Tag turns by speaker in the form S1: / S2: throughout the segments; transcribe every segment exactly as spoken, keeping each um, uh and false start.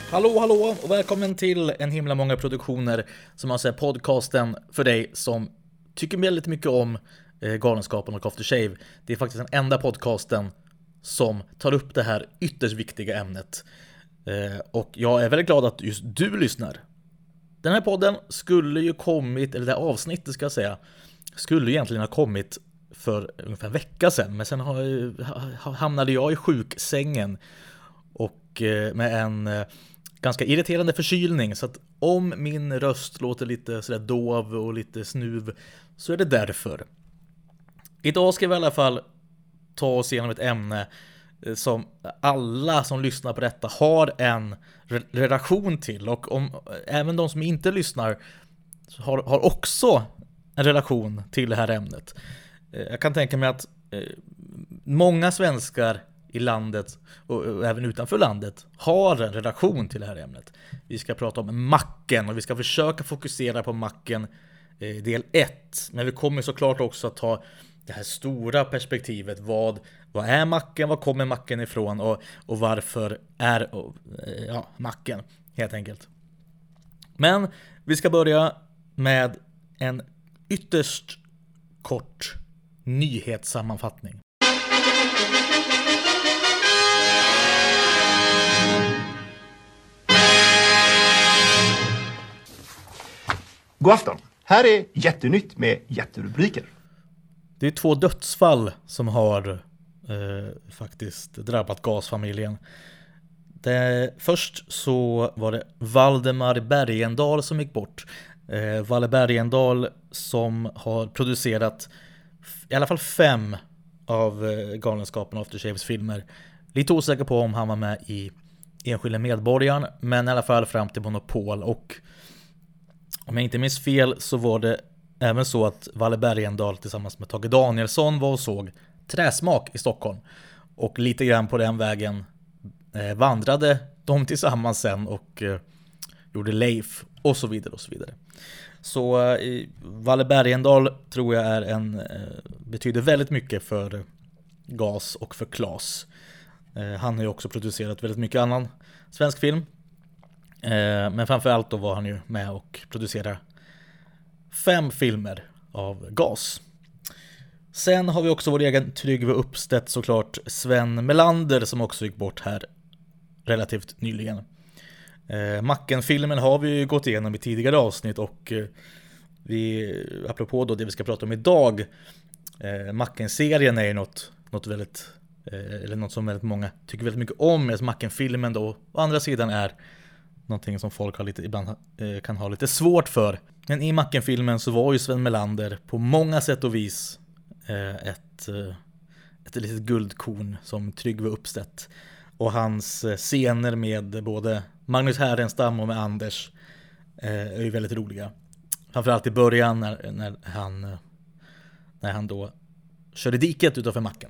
S1: Hallå, hallå och välkommen till En himla många produktioner, som alltså är podcasten för dig som tycker väldigt mycket om eh, Galenskapen och After Shave. Det är faktiskt den enda podcasten som tar upp det här ytterst viktiga ämnet. Eh, och jag är väldigt glad att just du lyssnar. Den här podden skulle ju kommit, eller det här avsnittet ska jag säga, skulle egentligen ha kommit för ungefär en vecka sedan. Men sen har, hamnade jag i sjuksängen och eh, med en eh, ganska irriterande förkylning, så att om min röst låter lite sådär dov och lite snuv, så är det därför. Idag ska vi i alla fall ta oss igenom ett ämne som alla som lyssnar på detta har en relation till, och om även de som inte lyssnar har, har också en relation till det här ämnet. Jag kan tänka mig att många svenskar i landet och även utanför landet har en relation till det här ämnet. Vi ska prata om macken och vi ska försöka fokusera på macken del ett. Men vi kommer såklart också att ta det här stora perspektivet. Vad, vad är macken? Vad kommer macken ifrån? Och, och varför är ja, macken helt enkelt. Men vi ska börja med en ytterst kort nyhetssammanfattning.
S2: God afton. Här är Jättenytt med jätterubriker.
S1: Det är två dödsfall som har eh, faktiskt drabbat gasfamiljen. Det, först så var det Valdemar Bergendahl som gick bort. Eh, Valle Bergendahl som har producerat i alla fall fem av eh, Galenskapen och After Shaves filmer. Lite osäker på om han var med i Enskilda medborgaren, men i alla fall fram till Monopol. Och om jag inte minns fel så var det även så att Valle Bergendahl tillsammans med Tage Danielsson var och såg Träsmak i Stockholm. Och lite grann på den vägen eh, vandrade de tillsammans sen och eh, gjorde Leif och så vidare och så vidare. Så eh, Valle Bergendahl tror jag är en, eh, betyder väldigt mycket för Gas och för Klas. Eh, han har ju också producerat väldigt mycket annan svensk film. Men framförallt då var han ju med och producerade fem filmer av Gas. Sen har vi också vår egen Tryggve Uppstedt, såklart Sven Melander, som också gick bort här relativt nyligen. Macken-filmen har vi ju gått igenom i tidigare avsnitt, och vi, apropå då det vi ska prata om idag, Macken-serien är ju något, något väldigt, eller något som väldigt många tycker väldigt mycket om. Medan Macken-filmen då å andra sidan är någonting som folk har lite, ibland eh, kan ha lite svårt för. Men i Macken-filmen så var ju Sven Melander på många sätt och vis eh, ett, eh, ett litet guldkorn som Tryggve Uppstedt. Och hans eh, scener med både Magnus Härenstam och med Anders eh, är ju väldigt roliga. Framförallt i början när, när, han, när han då körde diket utanför macken.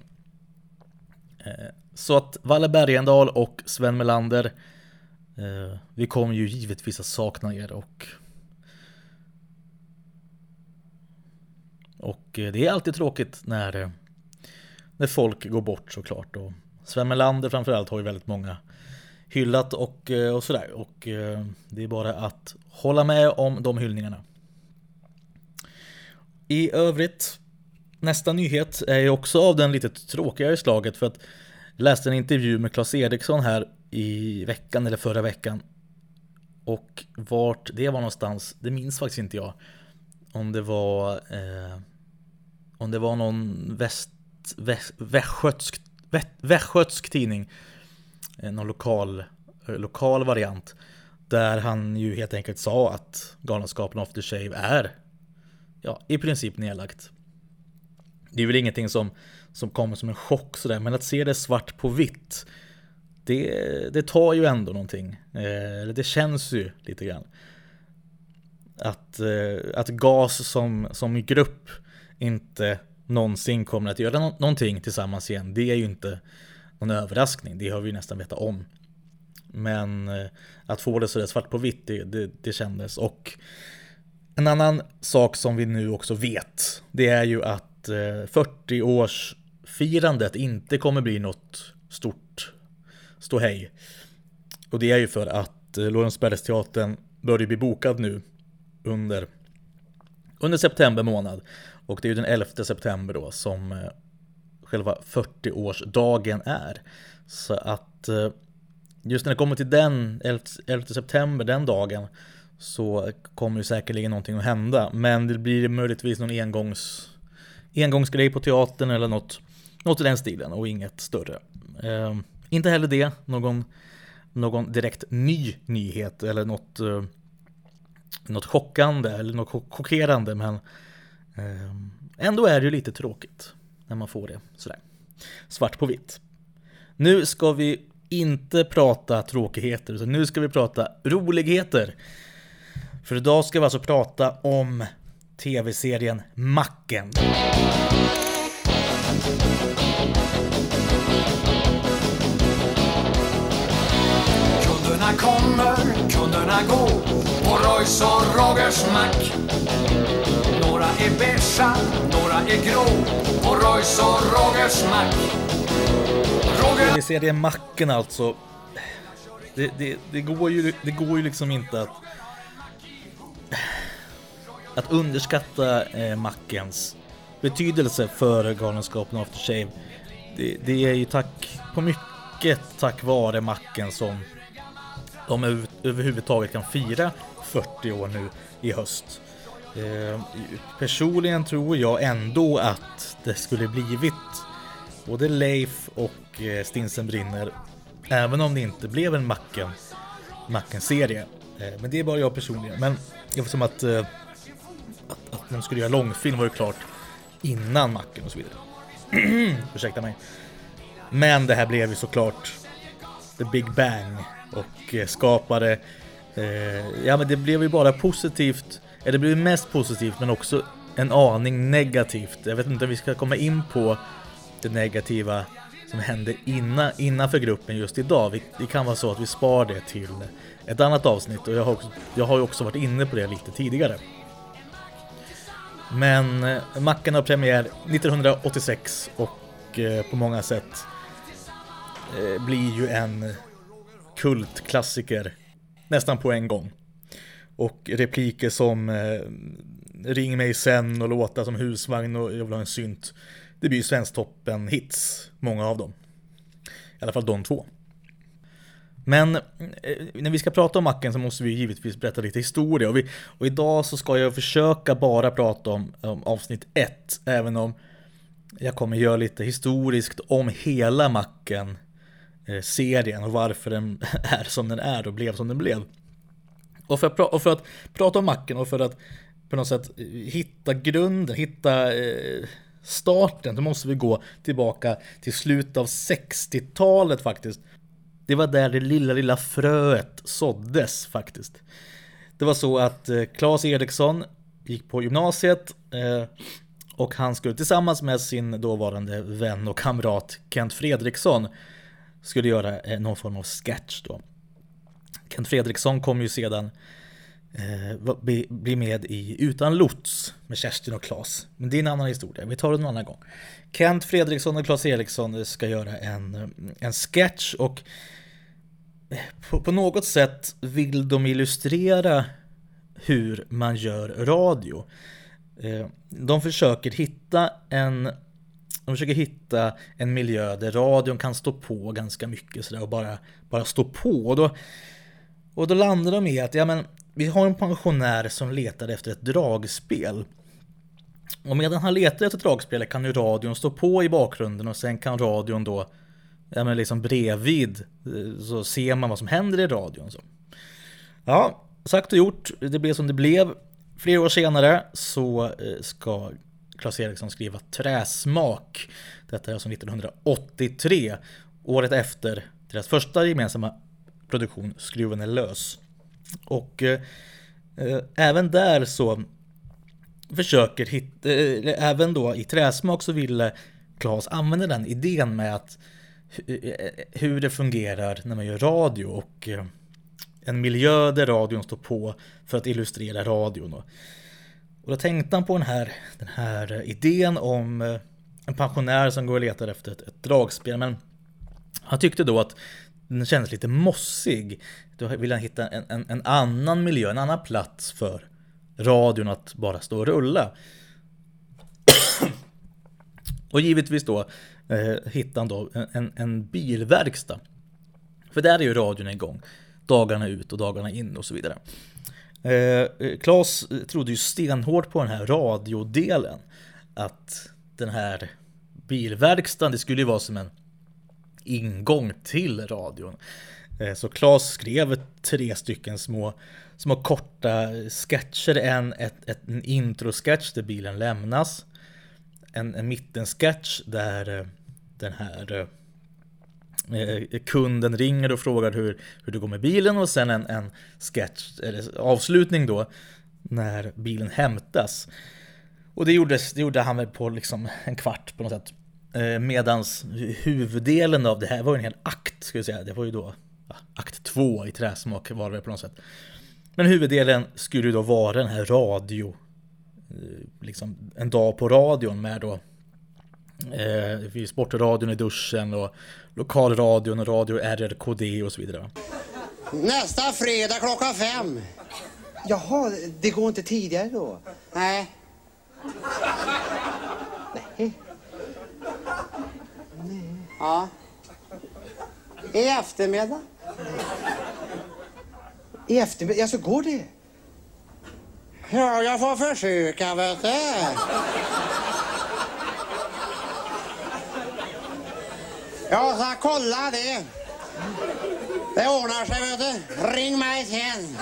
S1: Eh, så att Valle Bergendahl och Sven Melander, Uh, vi kommer ju givetvis att sakna er, och och uh, det är alltid tråkigt när uh, när folk går bort, såklart. Och Sven Melander framförallt har ju väldigt många hyllat och, uh, och sådär, och uh, det är bara att hålla med om de hyllningarna. I övrigt, nästa nyhet är ju också av den lite tråkigare slaget, för att jag läste en intervju med Claes Eriksson här i veckan eller förra veckan, och vart det var någonstans, det minns faktiskt inte jag. Om det var eh, om det var någon väst, väst, västgötsk, väst, västgötsk tidning, eh, någon lokal, eh, lokal variant, där han ju helt enkelt sa att Galenskapen After Shave är ja, i princip nedlagt. Det är väl ingenting som, som kommer som en chock sådär, men att se det svart på vitt, Det, det tar ju ändå någonting. Eh, det känns ju lite grann. Att, eh, att Gas som, som grupp inte någonsin kommer att göra no- någonting tillsammans igen. Det är ju inte någon överraskning. Det har vi nästan vetat om. Men eh, att få det så där svart på vitt, det, det, det kändes. Och en annan sak som vi nu också vet, det är ju att eh, fyrtio-årsfirandet inte kommer bli något stort ståhej. Och det är ju för att att Lorensbergsteatern börjar bli bokad nu under, under september månad. Och det är ju den elfte september då som själva fyrtioårsdagen är. Så att just när det kommer till den elfte september, den dagen, så kommer ju säkerligen någonting att hända. Men det blir möjligtvis någon engångs, engångsgrej på teatern eller något, något i den stilen och inget större. Eh, inte heller det, någon, någon direkt ny nyhet eller något, eh, något chockande eller något chockerande, men eh, ändå är det ju lite tråkigt när man får det sådär svart på vitt. Nu ska vi inte prata tråkigheter, utan nu ska vi prata roligheter. För idag ska vi alltså prata om tv-serien Macken.
S3: Kunderna kommer, kunderna går på Royce och Rogers mack. Några är beiga, några är grå på Royce och Rogers mack.
S1: Roger... Tv-serien Macken alltså. Det, det, det, går ju, det går ju liksom inte att att underskatta eh, Mackens betydelse för Galenskapen After Shave. Det, det är ju tack på mycket tack vare Macken som de över, överhuvudtaget kan fira fyrtio år nu i höst. Eh, personligen tror jag ändå att det skulle blivit både Leif och eh, Stinsen brinner, även om det inte blev en Macken Macken-serie. Eh, men det är bara jag personligen. Men det var som att eh, Att, att de skulle göra långfilm var ju klart innan Macken och så vidare. Ursäkta mig. Men det här blev ju såklart The Big Bang och eh, skapade eh, ja men det blev ju bara positivt, eller det blev mest positivt men också en aning negativt. Jag vet inte om vi ska komma in på det negativa som hände innan, innanför gruppen just idag. Vi, det kan vara så att vi spar det till ett annat avsnitt, och jag har, också, jag har ju också varit inne på det lite tidigare. Men eh, Macken har premiär nittonhundraåttiosex och eh, på många sätt eh, blir ju en kultklassiker nästan på en gång. Och repliker som eh, ring mig sen och låta som husvagn och jag vill ha en synt. Det blir ju Svensktoppen hits, många av dem. I alla fall de två. Men eh, när vi ska prata om Macken så måste vi givetvis berätta lite historia. Och, vi, och idag så ska jag försöka bara prata om, om avsnitt ett. Även om jag kommer göra lite historiskt om hela Macken-serien. Eh, och varför den är som den är och blev som den blev. Och för att, pra- och för att prata om Macken och för att på något sätt hitta grunden, hitta eh, starten, då måste vi gå tillbaka till slutet av sextiotalet faktiskt. Det var där det lilla, lilla fröet såddes faktiskt. Det var så att eh, Claes Eriksson gick på gymnasiet eh, och han skulle tillsammans med sin dåvarande vän och kamrat Kent Fredriksson skulle göra eh, någon form av sketch då. Kent Fredriksson kom ju sedan eh, bli, bli med i Utan lots med Kerstin och Claes. Men det är en annan historia, vi tar det någon annan gång. Kent Fredriksson och Claes Eriksson ska göra en, en sketch och på, på något sätt vill de illustrera hur man gör radio. Eh, de försöker hitta en de försöker hitta en miljö där radion kan stå på ganska mycket så där, och bara, bara stå på. Och då, och då landar de i att ja, men, vi har en pensionär som letar efter ett dragspel. Och medan han letar efter ett dragspel kan ju radion stå på i bakgrunden, och sen kan radion då ja, men liksom bredvid så ser man vad som händer i radion. Så. Ja, sagt och gjort, det blev som det blev. Flera år senare så ska Claes Eriksson skriva Träsmak. Detta är alltså nittonhundraåttiotre, året efter deras första gemensamma produktion Skruven är lös. Och eh, även där så försöker hitta, eh, även då i Träsmak så ville Claes använda den idén med att hur det fungerar när man gör radio och eh, en miljö där radion står på för att illustrera radion. Och, och då tänkte han på den här, den här idén om eh, en pensionär som går och letar efter ett, ett dragspel, men han tyckte då att den kändes lite mossig. Då ville han hitta en, en, en annan miljö, en annan plats för radion att bara stå och rulla. Och givetvis då eh, hittade han då en, en bilverkstad. För där är ju radion igång. Dagarna ut och dagarna in och så vidare. Eh, Claes trodde ju stenhårt på den här radiodelen. Att den här bilverkstaden, det skulle ju vara som en ingång till radion. Eh, så Claes skrev tre stycken små, små korta sketcher. En, ett, ett, en intro-sketch där bilen lämnas. En, en mittensketch där eh, den här eh, kunden ringer och frågar hur, hur det går med bilen. Och sen en, en sketch, eller avslutning då, när bilen hämtas. Och det, gjordes, det gjorde han väl på liksom en kvart på något sätt. Eh, medans huvuddelen av det här var en hel akt, ska jag säga. Det var ju då ja, akt två i Träsmak var det på något sätt. Men huvuddelen skulle ju då vara den här radio, liksom en dag på radion med då eh, sportradion i duschen och lokalradion och radio R R K D och så vidare.
S4: Nästa fredag klockan fem.
S5: Jaha, det går inte tidigare då?
S4: Nej.
S5: Nej.
S4: Ja. I eftermiddag.
S5: I eftermiddag, ja så går det.
S4: Ja, jag får försöka, vet du. Jag ska kolla det. Det ordnar sig, vet du. Ring mig sen.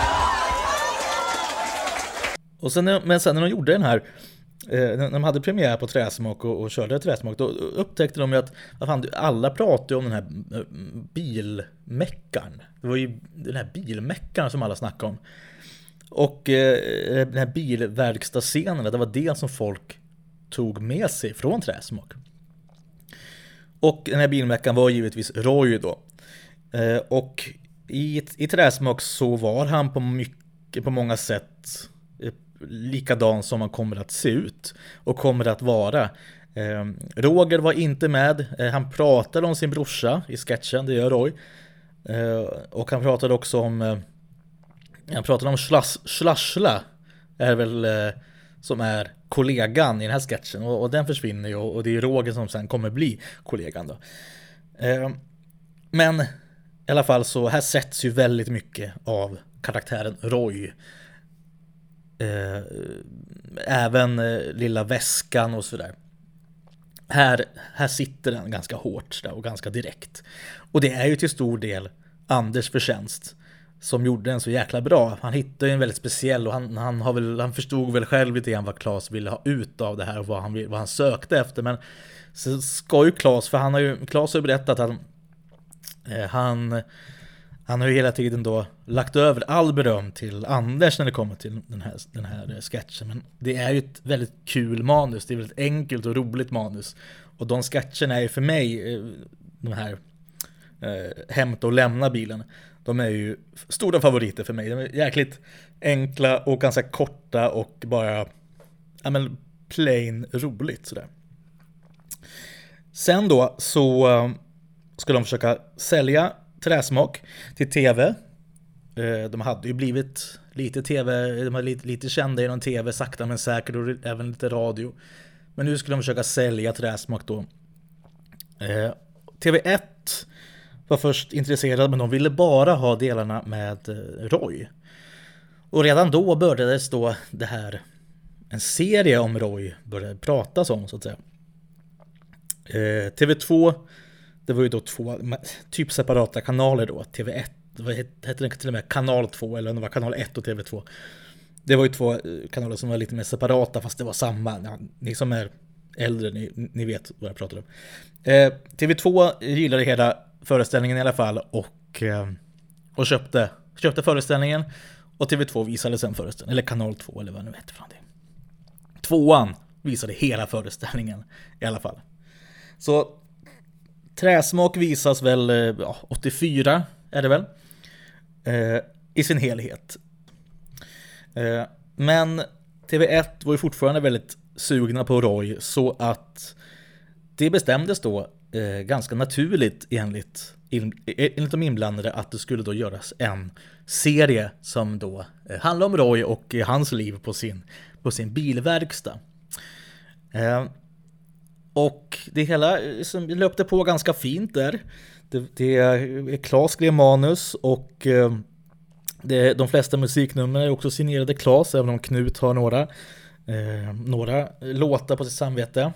S1: Och sen, men sen när de gjorde den här, eh, när de hade premiär på Träsmak och, och körde Träsmak, då upptäckte de ju att vad fan, alla pratade om den här bilmäckaren. Det var ju den här bilmäckaren som alla snackade om. Och eh, den här bilverkstadsscenen, det var det som folk tog med sig från Träsmak. Och den här bilmäckaren var givetvis Roy då. Eh, och i, i Träsmak så var han på, mycket, på många sätt eh, likadan som han kommer att se ut och kommer att vara. Eh, Roger var inte med. Eh, han pratade om sin brorsa i sketchen, det gör Roy. Eh, och han pratade också om eh, han pratade om Slassla är väl eh, som är kollegan i den här sketchen och, och den försvinner ju och, och det är Roger som sen kommer bli kollegan då. Eh, men i alla fall så här sätts ju väldigt mycket av karaktären Roy. Eh, även eh, lilla väskan och sådär. Här, här sitter den ganska hårt där och ganska direkt. Och det är ju till stor del Anders förtjänst som gjorde den så jäkla bra. Han hittade ju en väldigt speciell och han, han, har väl, han förstod väl själv lite grann vad Claes ville ha ut av det här och vad han, vad han sökte efter. Men så ska ju Claes, för han har ju, Claes har ju berättat att han, eh, han, han har ju hela tiden då lagt över all beröm till Anders när det kommer till den här, den här sketchen. Men det är ju ett väldigt kul manus, det är väldigt enkelt och roligt manus. Och de sketcherna är ju för mig, eh, de här eh, hämta och lämna bilen, de är ju stora favoriter för mig. De är jäkligt enkla och ganska korta och bara ja, men plain roligt sådär. Sen då så uh, ska de försöka sälja Träsmak till tv. Uh, de hade ju blivit lite tv, de var lite, lite kända genom tv sakta men säkert och även lite radio. Men nu skulle de försöka sälja Träsmak då. Uh, T V ett var först intresserad, men de ville bara ha delarna med Roy. Och redan då började då det här, en serie om Roy började pratas om så att säga. Eh, T V två, det var ju då två typ separata kanaler då. T V ett, vad hette den till och med kanal två, eller det var kanal ett och T V två. Det var ju två kanaler som var lite mer separata fast det var samma. Ja, ni som är äldre, ni, ni vet vad jag pratar om. Eh, T V två gillade hela föreställningen i alla fall och, eh, och köpte, köpte föreställningen och T V två visade sen föreställningen, eller kanal två eller vad nu heter för någonting. Tvåan visade hela föreställningen i alla fall. Så Träsmak visas väl ja, åttiofyra är det väl eh, i sin helhet. Eh, men T V ett var ju fortfarande väldigt sugna på Roy så att det bestämdes då eh, ganska naturligt enligt, enligt de inblandade att det skulle då göras en serie som då eh, handlar om Roy och eh, hans liv på sin, på sin bilverkstad. Eh, och det hela som löpte på ganska fint där. Det, det är Claes skrev manus och eh, det, de flesta musiknummer är också signerade Claes, även om Knut har några, eh, några låtar på sitt samvete.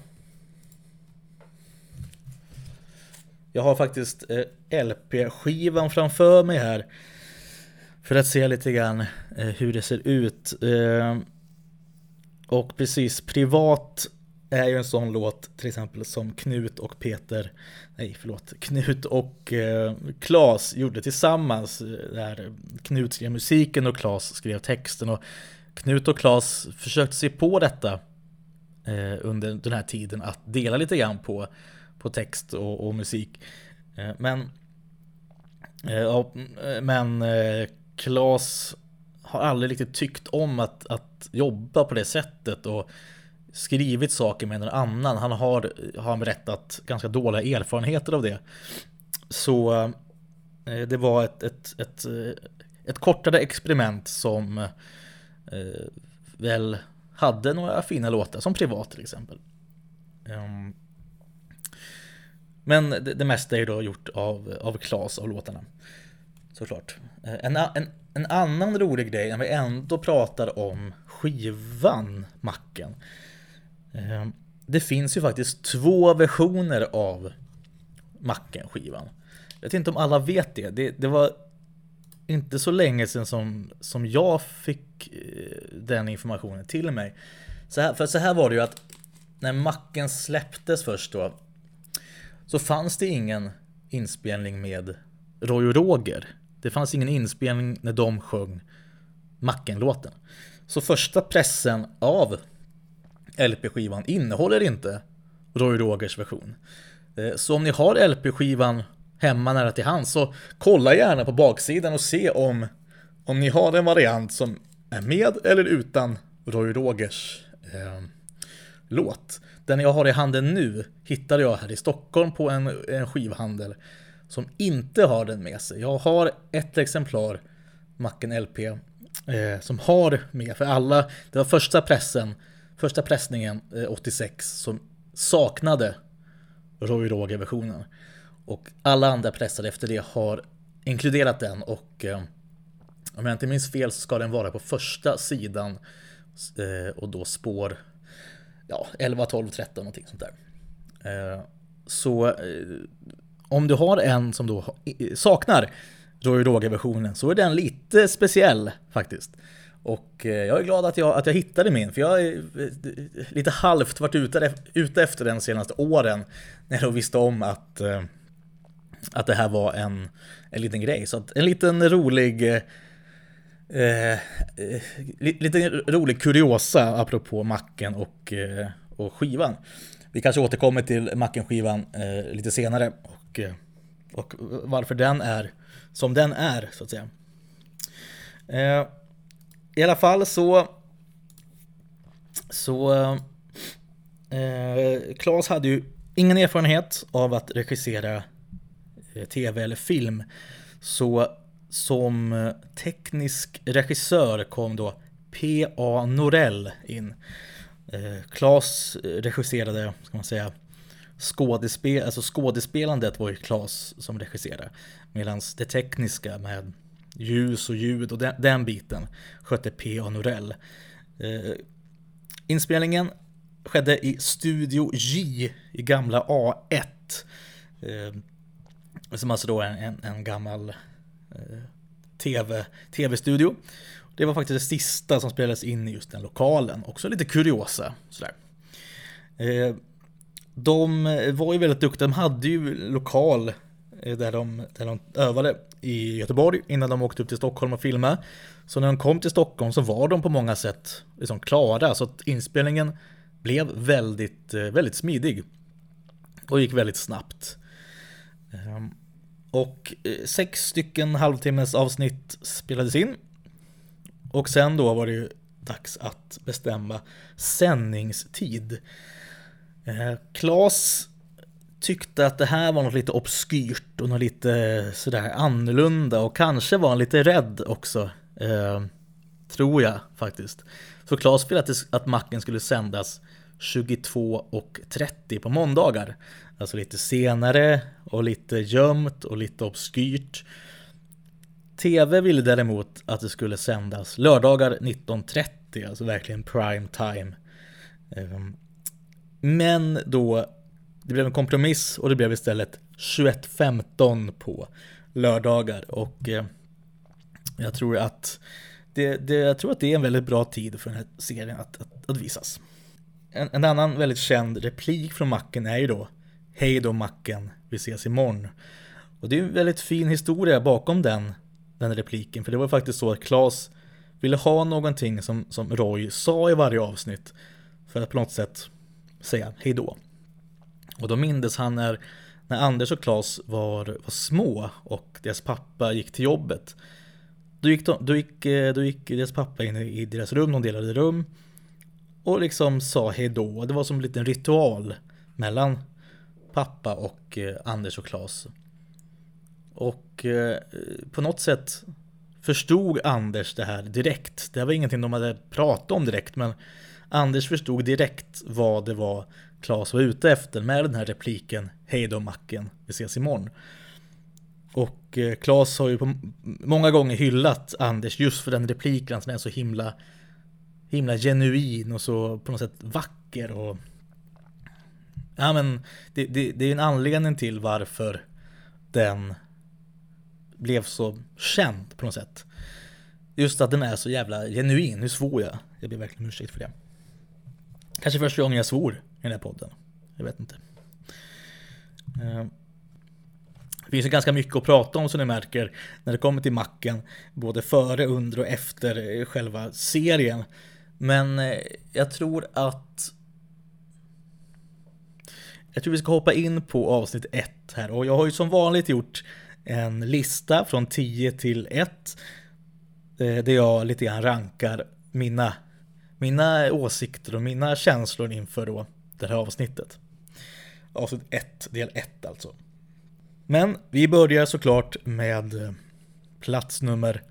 S1: Jag har faktiskt eh, L P-skivan framför mig här för att se lite grann eh, hur det ser ut. Eh, och precis, Privat är ju en sån låt till exempel som Knut och Peter, nej förlåt, Knut och eh, Claes gjorde tillsammans. Där Knut skrev musiken och Claes skrev texten, och Knut och Claes försökte se på detta eh, under den här tiden att dela lite grann på, på text och, och musik. Eh, men eh, men eh, Claes har aldrig riktigt tyckt om att, att jobba på det sättet och skrivit saker med någon annan. Han har, har berättat ganska dåliga erfarenheter av det. Så eh, det var ett, ett, ett, ett kortare experiment som eh, väl hade några fina låtar, som Privat till exempel. Um, men det, det mesta är då gjort av, av Claes, av låtarna. Såklart. En, en, en annan rolig grej när vi ändå pratar om skivan Macken. Det finns ju faktiskt två versioner av Macken-skivan. Jag vet inte om alla vet det. Det, det var inte så länge sedan som, som jag fick den informationen till mig. Så här, för så här var det ju att när Macken släpptes först då, så fanns det ingen inspelning med Roy och Roger. Det fanns ingen inspelning när de sjöng Macken-låten. Så första pressen av L P-skivan innehåller inte Roy Rogers version. Så om ni har L P-skivan hemma nära till hands, så kolla gärna på baksidan och se om, om ni har en variant som är med eller utan Roy Rogers eh, låt. Den jag har i handen nu hittade jag här i Stockholm på en, en skivhandel som inte har den med sig. Jag har ett exemplar Macken L P eh, som har med, för alla, det var första pressen Första pressningen eh, åttiosex som saknade Roy Roger-versionen. Och alla andra pressade efter det har inkluderat den. Och eh, om jag inte minns fel så ska den vara på första sidan. Eh, och då spår ja, elva, tolv, tretton någonting sånt där. Eh, så eh, om du har en som då saknar Roy Roger-versionen, så är den lite speciell faktiskt. Och jag är glad att jag, att jag hittade min, för jag är lite halvt varit ute, ute efter den senaste åren när jag visste om att, att det här var en, en liten grej. Så att en liten rolig eh, lite rolig kuriosa apropå Macken och, och skivan. Vi kanske återkommer till Macken-skivan eh, lite senare och, och varför den är som den är, så att säga. Eh, I alla fall så så eh, Claes hade ju ingen erfarenhet av att regissera eh, tv eller film. Så som teknisk regissör kom då P A Norell in. Eh, Claes regisserade, ska man säga, skådespel, alltså skådespelandet var ju Claes som regisserade, medan det tekniska med ljus och ljud och den, den biten skötte P A Norell. Eh, inspelningen skedde i Studio J i gamla A ett. Eh, som alltså då är en, en gammal eh, TV, tv-studio. Det var faktiskt det sista som spelades in i just den lokalen. Också lite kuriosa. Sådär. Eh, de var ju väldigt duktiga. De hade ju lokal där de, där de övade i Göteborg innan de åkte upp till Stockholm och filmade. Så när de kom till Stockholm så var de på många sätt liksom klara. Så att inspelningen blev väldigt, väldigt smidig. Och gick väldigt snabbt. Och sex stycken halvtimmes avsnitt spelades in. Och sen då var det ju dags att bestämma sändningstid. Claes tyckte att det här var något lite obskyrt och något lite sådär annorlunda, och kanske var han lite rädd också, eh, tror jag faktiskt. Så Claes ville att, att Macken skulle sändas tjugotvå och trettio på måndagar, alltså lite senare och lite gömt och lite obskyrt. T V ville däremot att det skulle sändas lördagar nitton trettio, alltså verkligen prime time. eh, men då det blev en kompromiss och det blev istället tjugoett femton på lördagar, och eh, jag tror att det, det, jag tror att det är en väldigt bra tid för den här serien att, att, att visas. En, en annan väldigt känd replik från Macken är ju då: hej då Macken, vi ses imorgon. Och det är en väldigt fin historia bakom den, den repliken, för det var faktiskt så att Claes ville ha någonting som, som Roy sa i varje avsnitt för att på något sätt säga hej då. Och då mindes han när, när Anders och Claes var, var små och deras pappa gick till jobbet. Då gick, de, då gick, då gick deras pappa in i deras rum, de delade rum, och liksom sa hej då. Det var som en liten ritual mellan pappa och eh, Anders och Claes. Och eh, på något sätt förstod Anders det här direkt. Det var ingenting de hade pratat om direkt, men Anders förstod direkt vad det var Claes var ute efter med den här repliken: hej då Macken, vi ses imorgon. Och eh, Claes har ju på många gånger hyllat Anders just för den repliken, som är så himla himla genuin och så på något sätt vacker. Och ja, men det, det, det är en anledning till varför den blev så känd på något sätt. Just att den är så jävla genuin. Nu svor jag. Jag ber verkligen ursäkt för det. Kanske första gången jag svor i den här podden. Jag vet inte. Det finns ju ganska mycket att prata om, som ni märker, när det kommer till Macken. Både före, under och efter själva serien. Men jag tror att Jag tror vi ska hoppa in på avsnitt ett här. Och jag har ju som vanligt gjort en lista från tio till ett, där jag lite grann rankar mina, mina åsikter och mina känslor inför då det här avsnittet. Avsnitt ett, del ett alltså. Men vi börjar såklart med plats nummer...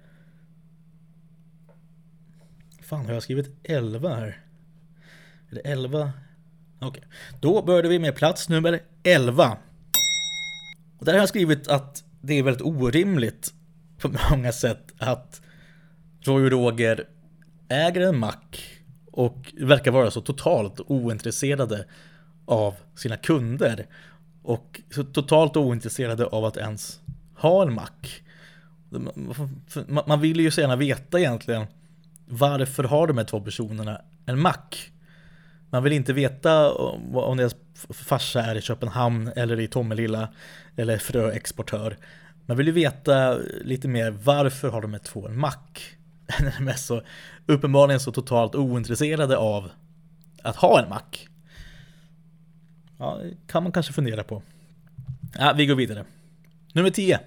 S1: Fan, har jag skrivit elva här? Är det elva? Okej. Då började vi med plats nummer elva. Och där har jag skrivit att det är väldigt orimligt på många sätt att Roy och Roger äger en mack och verkar vara så totalt ointresserade av sina kunder och så totalt ointresserade av att ens ha en mack. Man vill ju så gärna veta egentligen, varför har de här två personerna en mack? Man vill inte veta om deras farsa är i Köpenhamn eller i Tomelilla eller fröexportör. Man vill ju veta lite mer, varför har de här två en mack? De är så uppenbarligen så totalt ointresserade av att ha en mack. Ja, kan man kanske fundera på. Ja, vi går vidare. Nummer tio.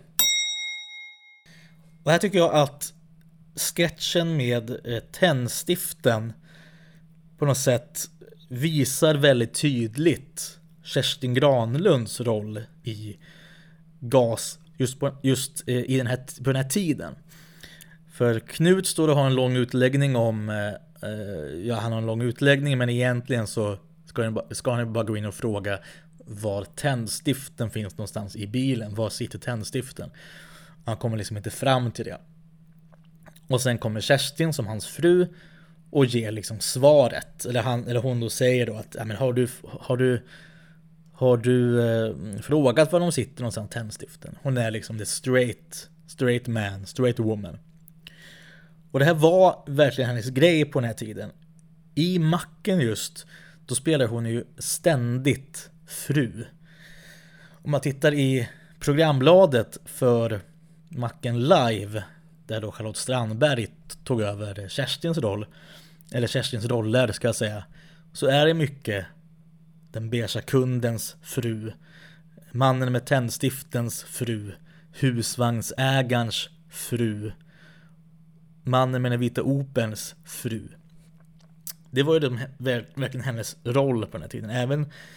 S1: Och här tycker jag att sketchen med eh, tändstiften på något sätt visar väldigt tydligt Kerstin Granlunds roll i Gas just, på, just eh, i den här, på den här tiden. För Knut står och har en lång utläggning om eh, ja, han har en lång utläggning, men egentligen så ska han, ska han bara gå in och fråga var tändstiften finns någonstans i bilen. Var sitter tändstiften? Han kommer liksom inte fram till det. Och sen kommer Kerstin som hans fru och ger liksom svaret. Eller, han, eller hon då säger då att ja, men har du, har du, har du eh, frågat var de sitter någonstans, tändstiften? Hon är liksom det straight, straight man, straight woman. Och det här var verkligen hennes grej på den här tiden. I Macken just, då spelar hon ju ständigt fru. Om man tittar i programbladet för Macken Live, där då Charlotte Strandberg tog över Kerstins roll, eller Kerstins roller ska jag säga, så är det mycket den beige kundens fru, mannen med tändstiftens fru, husvagnsägarens fru, mannen med den vita Opelns fru. Det var ju de, verkligen hennes roll på den här tiden. Även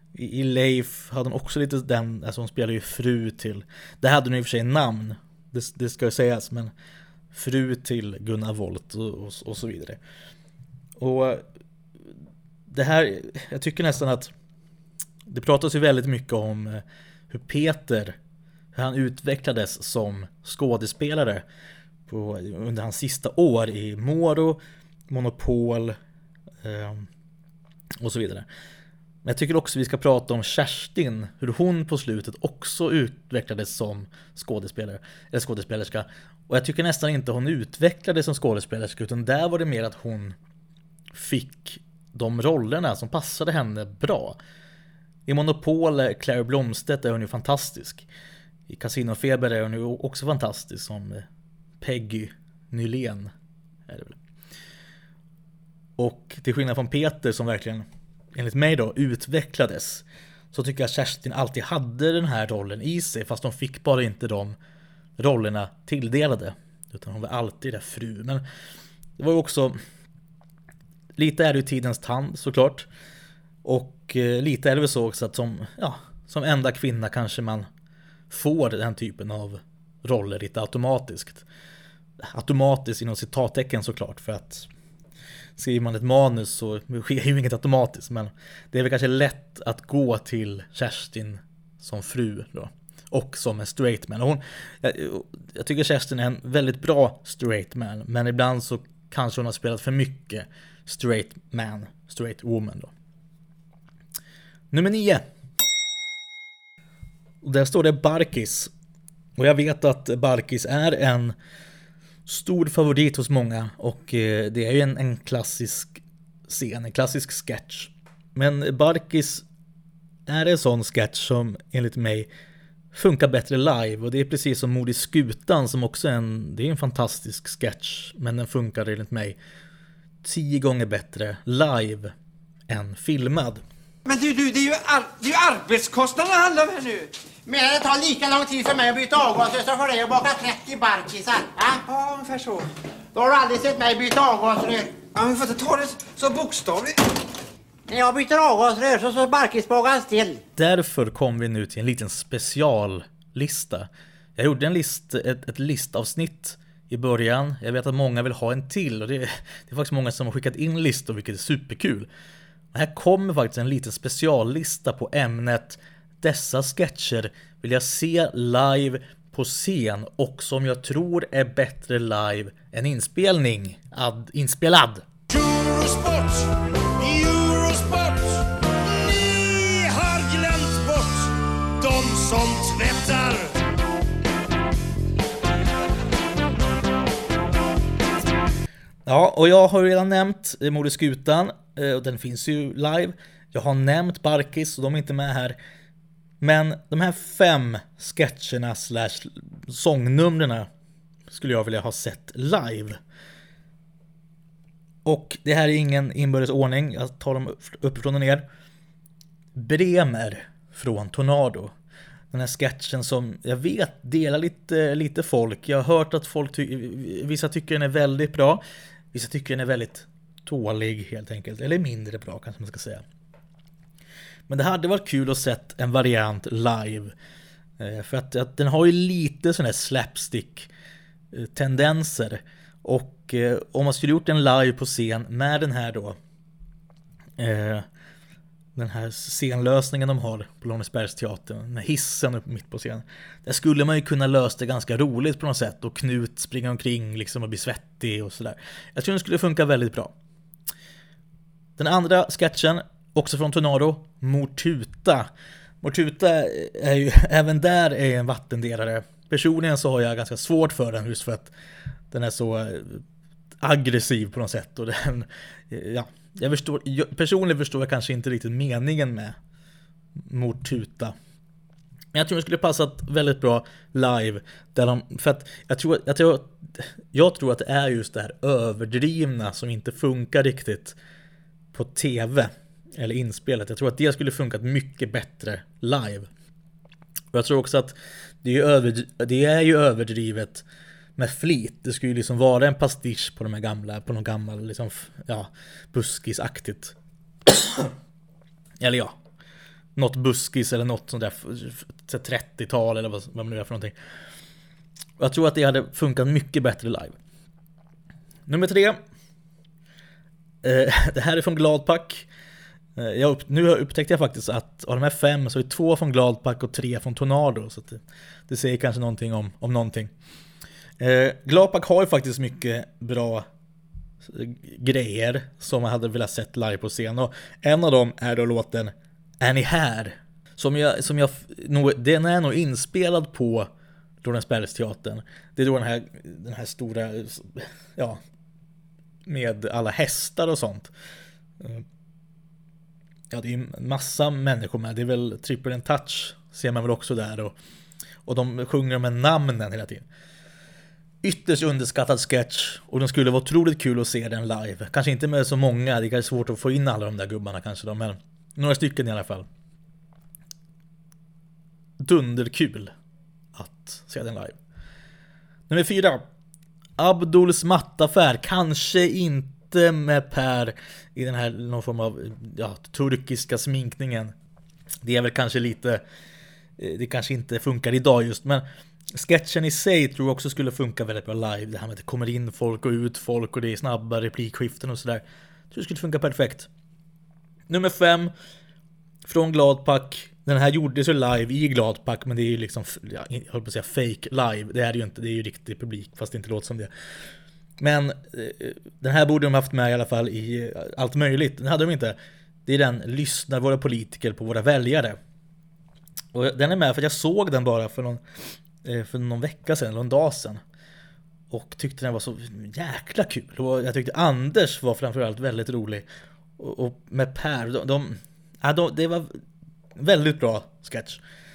S1: I, i Leif hade hon också lite den, alltså hon spelar ju fru till, det hade hon i och för sig namn, det, det ska ju sägas, men fru till Gunnar Volt och, och, och så vidare. Och det här, jag tycker nästan att det pratas ju väldigt mycket om hur Peter, hur han utvecklades som skådespelare på, under hans sista år i Moro, Monopol eh, och så vidare. Men jag tycker också vi ska prata om Kerstin, hur hon på slutet också utvecklades som skådespelare eller skådespelerska. Och jag tycker nästan inte hon utvecklades som skådespelerska, utan där var det mer att hon fick de rollerna som passade henne bra. I Monopol, Claire Blomstedt, är hon ju fantastisk. I Casinofeber är hon ju också fantastisk som Peggy Nylén är det väl. Och till skillnad från Peter som verkligen, enligt mig då, utvecklades, så tycker jag att Kerstin alltid hade den här rollen i sig, fast de fick bara inte de rollerna tilldelade, utan hon var alltid där fru. Men det var ju också, lite är det ju tidens tand såklart, och eh, lite är det väl så också att som, ja, som enda kvinna kanske man får den typen av roller lite automatiskt. Automatiskt inom citattecken såklart, för att skriver man ett manus så sker ju inget automatiskt, men det är väl kanske lätt att gå till Kerstin som fru då, och som en straight man. Och hon, jag, jag tycker Kerstin är en väldigt bra straight man, men ibland så kanske hon har spelat för mycket straight man, straight woman då. Nummer nio. Och där står det Barkis. Och jag vet att Barkis är en stor favorit hos många, och det är ju en, en klassisk scen, en klassisk sketch. Men Barkis är en sån sketch som enligt mig funkar bättre live, och det är precis som Mord i skutan som också är en, det är en fantastisk sketch, men den funkar enligt mig tio gånger bättre live än filmad.
S4: Men du, du det är ju, ar- det är ju arbetskostnaderna det handlar om här nu.
S5: Men det tar lika lång tid för mig att byta avgaser som för dig att baka trettio barkisar. Ja?
S4: Ja, ungefär så.
S5: Då har du aldrig sett mig byta avgasrör.
S4: Ja, men vi får inte ta det så bokstavligt.
S5: När jag byter avgasrör så står barkisbågan still.
S1: Därför kom vi nu till en liten speciallista. Jag gjorde en list, ett, ett listavsnitt i början. Jag vet att många vill ha en till, och det, det är faktiskt många som har skickat in listor, vilket är superkul. Och här kommer faktiskt en liten speciallista på ämnet dessa sketcher vill jag se live på scen, och som jag tror är bättre live än inspelning. Ad, inspelad.
S3: Eurosport, Eurosport, ni har glömt bort de som tvättar.
S1: Ja, och jag har redan nämnt Mord i skutan, och den finns ju live. Jag har nämnt Barkis, och de är inte med här. Men de här fem sketcherna slash sångnumren skulle jag vilja ha sett live. Och det här är ingen inbördes ordning, jag tar dem uppifrån och ner. Bremer från Tornado. Den här sketchen som jag vet delar lite, lite folk. Jag har hört att folk ty- vissa tycker den är väldigt bra, vissa tycker den är väldigt dålig helt enkelt. Eller mindre bra kanske man ska säga. Men det hade varit kul att sett en variant live. För att, att den har ju lite sån här slapstick-tendenser. Och eh, om man skulle gjort en live på scen med den här då, eh, den här scenlösningen de har på Lånnesbergsteatern, med hissen upp mitt på scen, där skulle man ju kunna lösa det ganska roligt på något sätt, och Knut springer omkring liksom och blir svettig och sådär. Jag tror det skulle funka väldigt bra. Den andra sketchen, också från Tornado, Mortuta. Mortuta är ju, även där är en vattendelare. Personligen så har jag ganska svårt för den, just för att den är så aggressiv på något sätt. Och den, ja, jag förstår, jag, personligen förstår jag kanske inte riktigt meningen med Mortuta. Men jag tror det skulle passat väldigt bra live. Där de, för att jag tror, jag, tror, jag tror att det är just det här överdrivna som inte funkar riktigt på tv eller inspelet. Jag tror att det skulle funkat mycket bättre live. Och jag tror också att det är, över, det är ju överdrivet med flit. Det skulle ju liksom vara en pastisch på de här gamla, på någon gammal liksom, ja, buskisaktigt. Eller ja, något buskis eller något sånt där trettiotal eller vad, vad det nu är för någonting. Och jag tror att det hade funkat mycket bättre live. Nummer tre. Eh, det här är från Gladpack. Eh, jag upp, nu upptäckte jag faktiskt att av de här fem så är två från Gladpack och tre från Tornado. Så det, det säger kanske någonting om, om någonting. Eh, Gladpack har ju faktiskt mycket bra grejer som man hade velat sett live på scen. Och en av dem är då låten Är ni här? Som jag, som jag nog, den är nog inspelad på Lorensbergsteatern. Det är då den här, den här stora, ja, med alla hästar och sånt. Ja, det är ju massa människor med. Det är väl Triple and Touch ser man väl också där. Och, och de sjunger med namnen hela tiden. Ytterst underskattad sketch. Och den skulle vara otroligt kul att se den live. Kanske inte med så många. Det är kanske svårt att få in alla de där gubbarna kanske då. Men några stycken i alla fall. Dunderkul att se den live. Nummer fyra. Abduls mattaffär. Kanske inte med Per i den här någon form av ja, turkiska sminkningen. Det är väl kanske lite, det kanske inte funkar idag just, men sketchen i sig tror jag också skulle funka väldigt bra live. Det här med att det kommer in folk och ut folk och det är snabba replikskiften och sådär. Jag tror det skulle funka perfekt. Nummer fem. Från Gladpack. Den här gjordes ju live i Gladpack, men det är ju liksom, jag håller på att säga fake live. Det är det ju inte, det är ju riktig publik, fast det inte låter som det. Men den här borde de haft med i alla fall i allt möjligt. Den hade de inte. Det är den lyssnar våra politiker på våra väljare. Och den är med för att jag såg den bara för någon, för någon vecka sedan, eller en dag sedan. Och tyckte den var så jäkla kul. Och jag tyckte Anders var framförallt väldigt rolig. Och, och med Per, de, de, ja, de, det var väldigt bra sketch.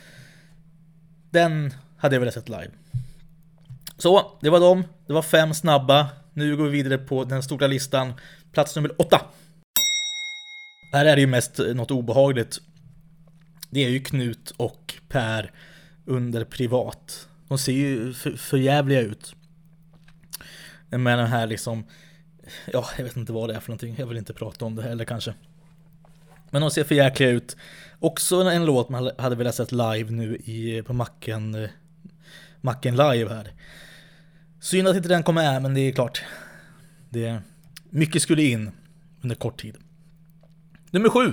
S1: Den hade jag velat sett live. Så, det var dem. Det var fem snabba. Nu går vi vidare på den stora listan. Plats nummer åtta. Här är det ju mest något obehagligt. Det är ju Knut och Per under privat. De ser ju för, för jävliga ut. Men den här liksom, ja, jag vet inte vad det är för någonting. Jag vill inte prata om det heller kanske. Men de ser för jäkliga ut. Också en låt man hade velat sett live nu i, på Macken, Macken live här. Synd att inte den kommer med, men det är klart. Det är, mycket skulle in under kort tid. Nummer sju.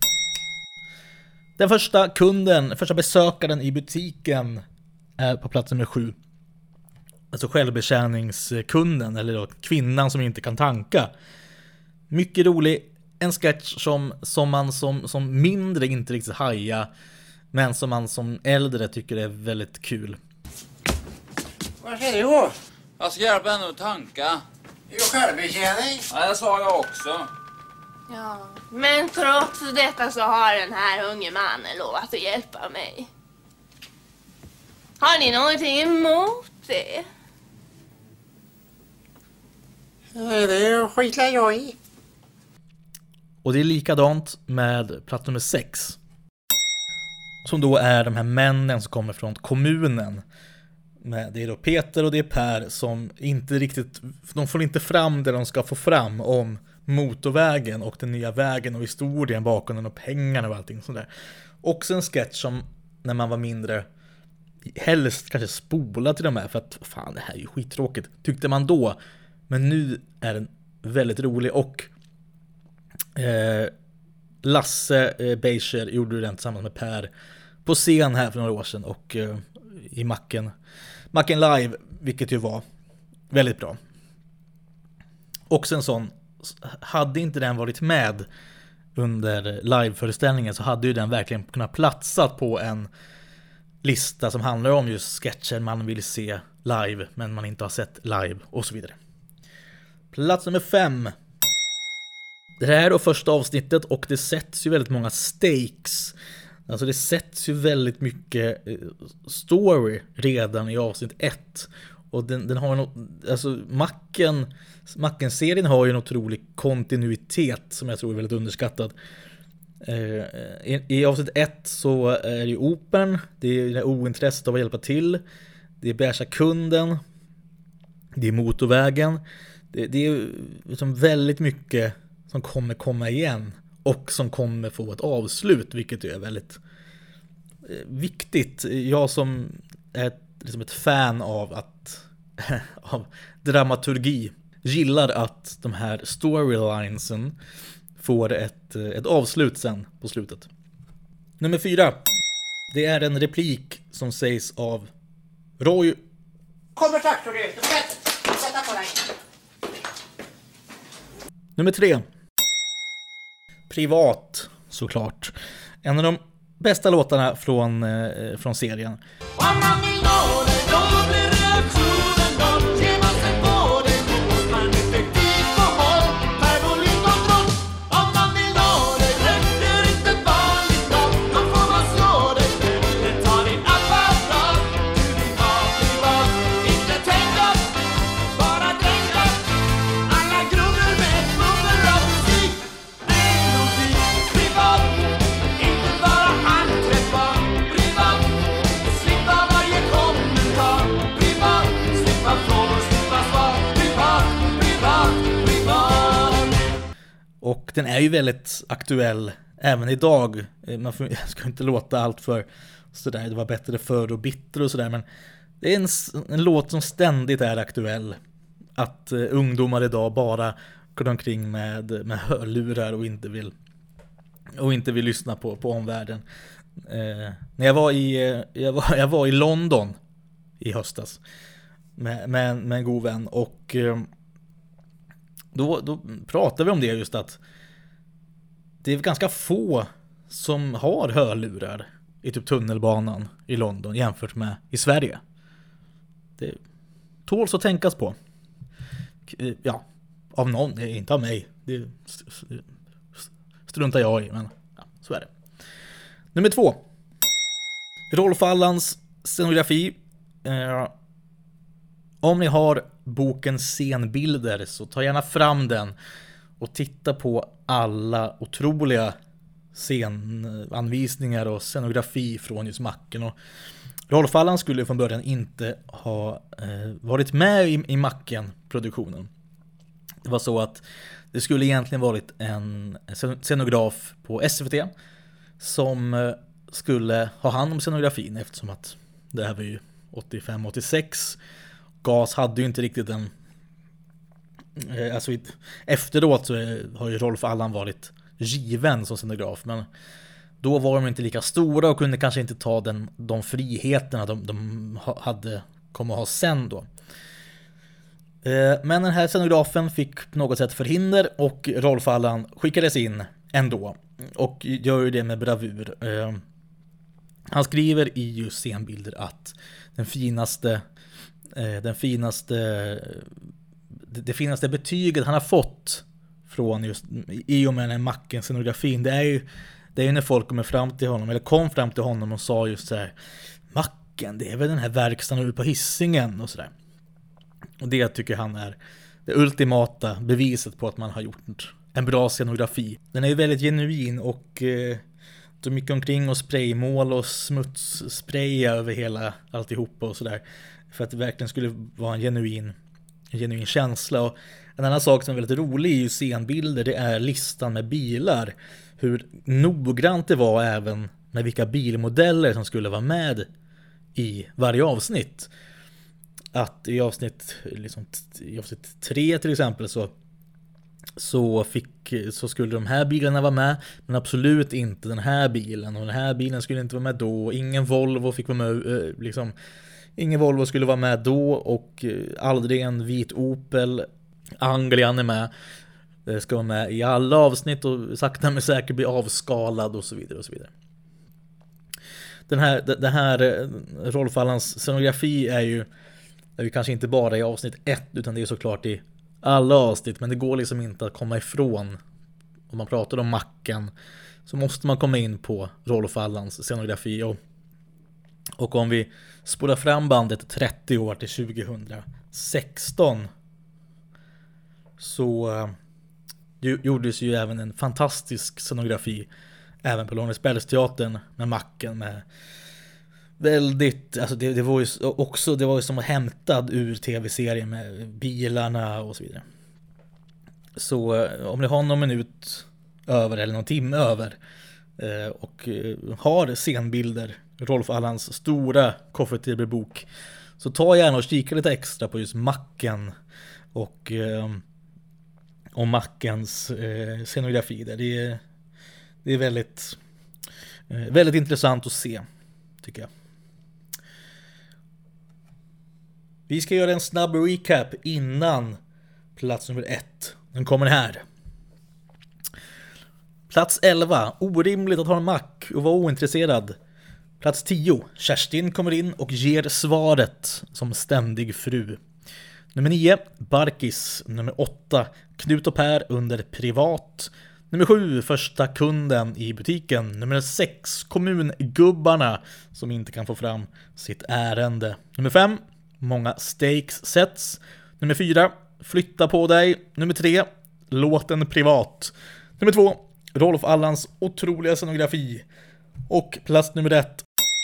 S1: Den första kunden, första besökaren i butiken är på plats nummer sju. Alltså självbetjäningskunden, eller då, kvinnan som inte kan tanka. Mycket rolig. En sketch som, som man som, som mindre inte riktigt haja, men som man som äldre tycker är väldigt kul.
S5: Vad säger du?
S6: Jag ska hjälpa henne att tanka.
S5: Det är ju självbetjäning.
S6: Ja, det sa jag också.
S7: Ja, men trots detta så har den här unge mannen lovat att hjälpa mig. Har ni någonting emot det?
S5: Nej, det skiter jag i.
S1: Och det är likadant med plats nummer sex. Som då är de här männen som kommer från kommunen. Det är då Peter och det är Per som inte riktigt, de får inte fram det de ska få fram om motorvägen och den nya vägen och historien bakom den och pengarna och allting sådär. Också en sketch som när man var mindre helst kanske spola till de här för att fan, det här är ju skittråkigt, tyckte man då. Men nu är den väldigt rolig och eh, Lasse eh, Beischer gjorde den tillsammans med Per på scen här för några år sedan och eh, i Macken Macken live, vilket ju var väldigt bra. Också en sån, hade inte den varit med under liveföreställningen så hade ju den verkligen kunnat platsa på en lista som handlar om just sketcher man vill se live men man inte har sett live och så vidare. Plats nummer fem. Det här är då första avsnittet och det sätts ju väldigt många stakes. Alltså det sätts ju väldigt mycket story redan i avsnitt ett. Och den, den har något, alltså Macken, Macken-serien har ju en otrolig kontinuitet som jag tror är väldigt underskattad. Eh, i, I avsnitt ett så är det ju open, det är det ointresset av att hjälpa till, det är bärsa kunden, det är motorvägen, det, det är liksom väldigt mycket som kommer komma igen och som kommer få ett avslut, vilket är väldigt viktigt. Jag som är liksom ett fan av att av dramaturgi gillar att de här storylinesen får ett, ett avslut sen på slutet. Nummer fyra. Det är en replik som sägs av Roy.
S5: Kommer traktor ut. Sätt, sätta på dig.
S1: Nummer tre. Privat, såklart. En av de bästa låtarna från, eh, från serien. Och den är ju väldigt aktuell även idag. Man får, jag ska inte låta allt för sådär, det var bättre förr och bitter och sådär, men det är en, en låt som ständigt är aktuell. Att uh, ungdomar idag bara går omkring med, med hörlurar och inte vill och inte vill lyssna på, på omvärlden. Uh, när jag var, i, uh, jag, var, jag var i London i höstas med, med, med en god vän, och uh, Då, då pratar vi om det, just att det är ganska få som har hörlurar i typ tunnelbanan i London jämfört med i Sverige. Det tåls att tänkas på. Ja, av någon, det är inte av mig. Det struntar jag i, men ja, så är det. Nummer två. Rolf Allans scenografi. Eh, om ni har boken Scenbilder så ta gärna fram den och titta på alla otroliga scenanvisningar och scenografi från just Macken. Och Rolf Allan skulle från början inte ha eh, varit med i, i Macken-produktionen. Det var så att det skulle egentligen varit en scenograf på S V T som eh, skulle ha hand om scenografin, eftersom att det här var ju åttiofem åttiosex. Gas hade ju inte riktigt en... Alltså efteråt så har ju Rolf Allan varit given som scenograf, men då var de inte lika stora och kunde kanske inte ta den, de friheterna de, de hade kommit att ha sen då. Men den här scenografen fick på något sätt förhinder och Rolf Allan skickades in ändå och gör ju det med bravur. Han skriver i just Scenbilder att den finaste den finaste det finaste betyget han har fått från just i och med den här Macken-scenografin, det är ju det är ju när folk kommer fram till honom eller kom fram till honom och sa just så här: Macken, det är väl den här verkstaden ute på Hisingen och sådär. Och det tycker han är det ultimata beviset på att man har gjort en bra scenografi. Den är ju väldigt genuin och eh, de gick omkring och spraymål och smutsspraya över hela alltihopa och sådär, för att det verkligen skulle vara en genuin, en genuin känsla. Och en annan sak som är väldigt rolig i Scenbilder, det är listan med bilar. Hur noggrant det var även med vilka bilmodeller som skulle vara med i varje avsnitt. Att i avsnitt, liksom, i avsnitt tre till exempel så, så, fick, så skulle de här bilarna vara med, men absolut inte den här bilen. Och den här bilen skulle inte vara med då. Ingen Volvo fick vara med, liksom... Ingen Volvo skulle vara med då, och aldrig en vit Opel. Anglian är med. Det ska vara med i alla avsnitt och sakta men säkert bli avskalad och så vidare och så vidare. Den här, det här Rolf Allans scenografi är ju, är ju kanske inte bara i avsnitt ett, utan det är såklart i alla avsnitt, men det går liksom inte att komma ifrån. Om man pratar om Macken så måste man komma in på Rolf Allans scenografi. Och Och om vi spolar fram bandet trettio år till tjugohundrasexton så uh, gjordes ju även en fantastisk scenografi även på Långesbergsteatern med Macken, med väldigt, alltså det, det var ju också det var ju som hämtad ur tv-serien med bilarna och så vidare. Så uh, om ni har någon minut över eller någon timme över uh, och uh, har scenbilder Rolf Allans stora Coffee-Table-bok, så ta gärna och kika lite extra på just macken och, eh, och mackens eh, scenografi där. Det är, det är väldigt, eh, väldigt intressant att se, tycker jag. Vi ska göra en snabb recap innan plats nummer ett. Den kommer här. Plats elva. Orimligt att ha en mack och vara ointresserad. Plats tio. Kerstin kommer in och ger svaret som ständig fru. Nummer nio. Barkis. Nummer åtta. Knut och Per under privat. Nummer sju. Första kunden i butiken. Nummer sex. Kommungubbarna som inte kan få fram sitt ärende. Nummer fem. Många stakes sätts. Nummer fyra. Flytta på dig. Nummer tre. Låten privat. Nummer två. Rolf Allans otroliga scenografi. Och plats nummer ett.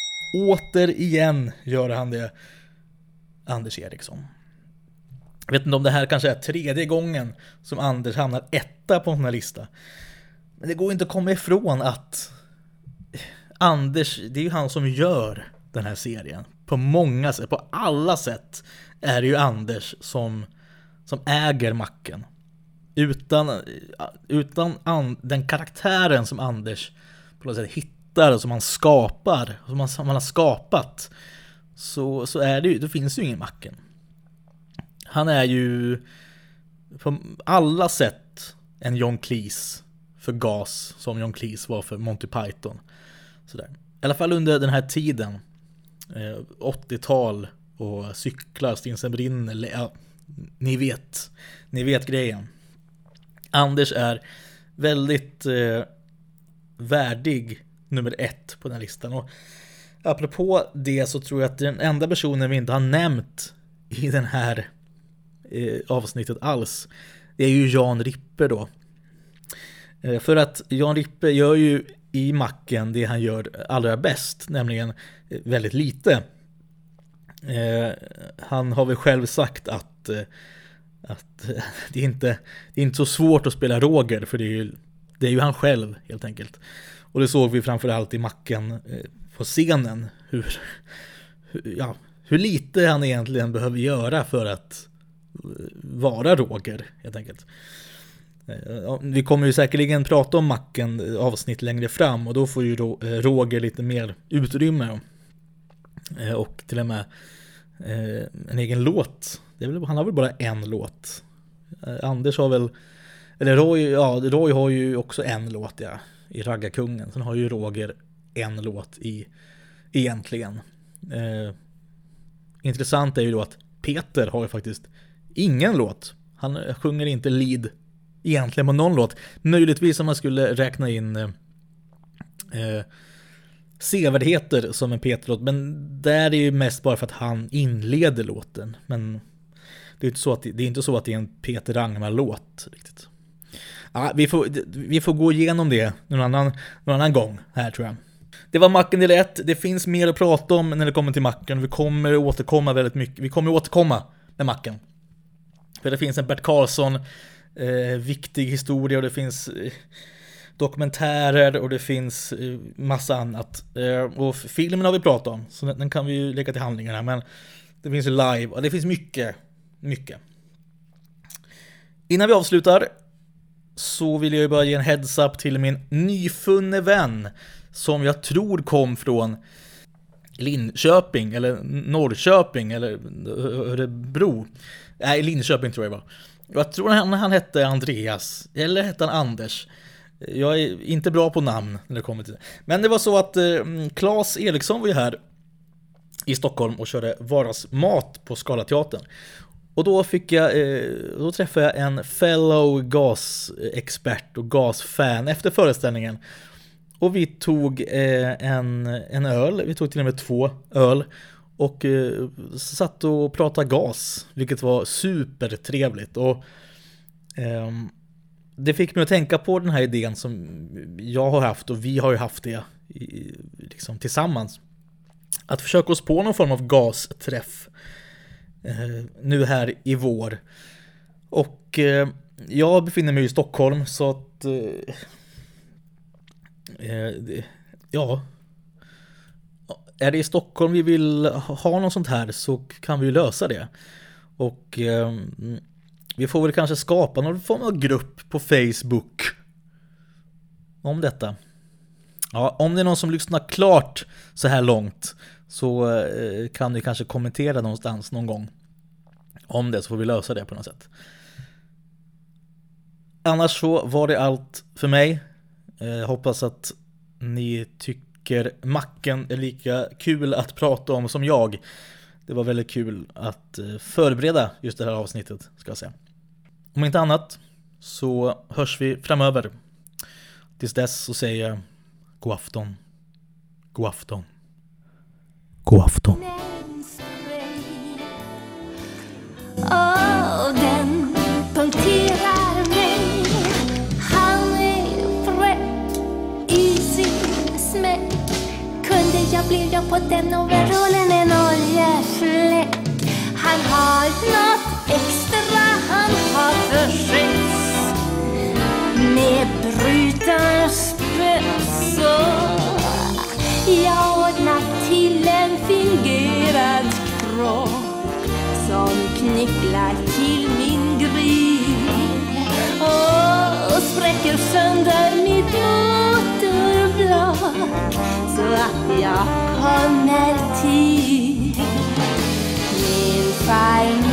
S1: Återigen gör han det. Anders Eriksson. Jag vet inte om det här kanske är tredje gången som Anders hamnar etta på den här lista. Men det går inte att komma ifrån att Anders, det är ju han som gör den här serien. På många sätt, på alla sätt är det ju Anders som, som äger macken. Utan, utan an, den karaktären som Anders på något sätt hittar, som han skapar, som han, som han har skapat, så, så är det ju, då finns ju ingen macken. Han är ju på alla sätt en John Cleese för Gas, som John Cleese var för Monty Python. Sådär. I alla fall under den här tiden, eh, åttiotal och cyklar, Stinsen brinner, ja, ni vet, ni vet grejen. Anders är väldigt eh, värdig nummer ett på den här listan. Och apropå det så tror jag att den enda personen vi inte har nämnt i den här eh, avsnittet alls, det är ju Jan Rippe då. Eh, för att Jan Rippe gör ju i macken det han gör allra bäst, nämligen eh, väldigt lite. Eh, han har väl själv sagt att eh, att det är inte det är inte så svårt att spela Roger, för det är ju, det är ju han själv helt enkelt. Och det såg vi framförallt i macken eh, på scenen hur, hur ja, hur lite han egentligen behöver göra för att vara Roger helt enkelt. Eh, vi kommer ju säkerligen prata om macken avsnitt längre fram, och då får ju Roger lite mer utrymme eh, och till och med eh, en egen låt. Det är väl, han har väl bara en låt. Eh, Anders har väl, eller Roy, ja, Roy har ju också en låt, ja, i Raggarkungen. Sen har ju Roger en låt i egentligen. Eh, intressant är ju då att Peter har ju faktiskt ingen låt. Han sjunger inte lead egentligen på någon låt. Möjligtvis om man skulle räkna in eh, sevärdheter som en Peter-låt, men där är ju mest bara för att han inleder låten. Men det är inte så att det är inte så att det är en Peter Rangmar-låt riktigt. Ja, vi får vi får gå igenom det någon annan någon annan gång här, tror jag. Det var macken del ett. Det finns mer att prata om när det kommer till macken. Vi kommer återkomma väldigt mycket. Vi kommer återkomma med macken. För det finns en Bert Karlsson eh, viktig historia, och det finns eh, dokumentärer, och det finns eh, massa annat. Eh, och filmen har vi pratat om, så den, den kan vi ju lägga till handlingarna, men det finns ju live, och det finns mycket mycket. Innan vi avslutar så vill jag ju bara ge en heads up till min nyfunne vän som jag tror kom från Linköping eller Norrköping eller Örebro. Nej, Linköping tror jag var. Jag tror han, han hette Andreas, eller hette han Anders. Jag är inte bra på namn när det kommer till det. Men det var så att eh, Claes Eriksson var ju här i Stockholm och körde vardagsmat på Scalateatern. Och då fick jag eh, då träffade jag en fellow gasexpert och gasfan efter föreställningen. Och vi tog eh, en, en öl, vi tog till och med två öl och eh, satt och pratade gas, vilket var supertrevligt. Och eh, det fick mig att tänka på den här idén som jag har haft, och vi har ju haft det i, liksom tillsammans. Att försöka oss på någon form av gasträff eh, nu här i vår. Och eh, jag befinner mig i Stockholm, så att eh, ja, är det i Stockholm vi vill ha något sånt här så kan vi lösa det. Och eh, vi får väl kanske skapa någon form av grupp på Facebook om detta. Ja, om det är någon som lyssnar klart så här långt så eh, kan ni kanske kommentera någonstans någon gång om det, så får vi lösa det på något sätt. Annars så var det allt för mig. Jag hoppas att ni tycker Macken är lika kul att prata om som jag. Det var väldigt kul att förbereda just det här avsnittet, ska jag säga. Om inte annat så hörs vi framöver. Tills dess så säger jag god afton. God afton. God afton.
S8: Och den punkterar mig. Han är fräck i sin smäck. Kunde jag blir jag på den overallen en oljefläck. Han har något extra han har försetts med bruten spets. Jag ordnar till en fingerad kropp som knycklar till min grill och spräcker sönder mitt motorblock så att jag kommer till min farmor.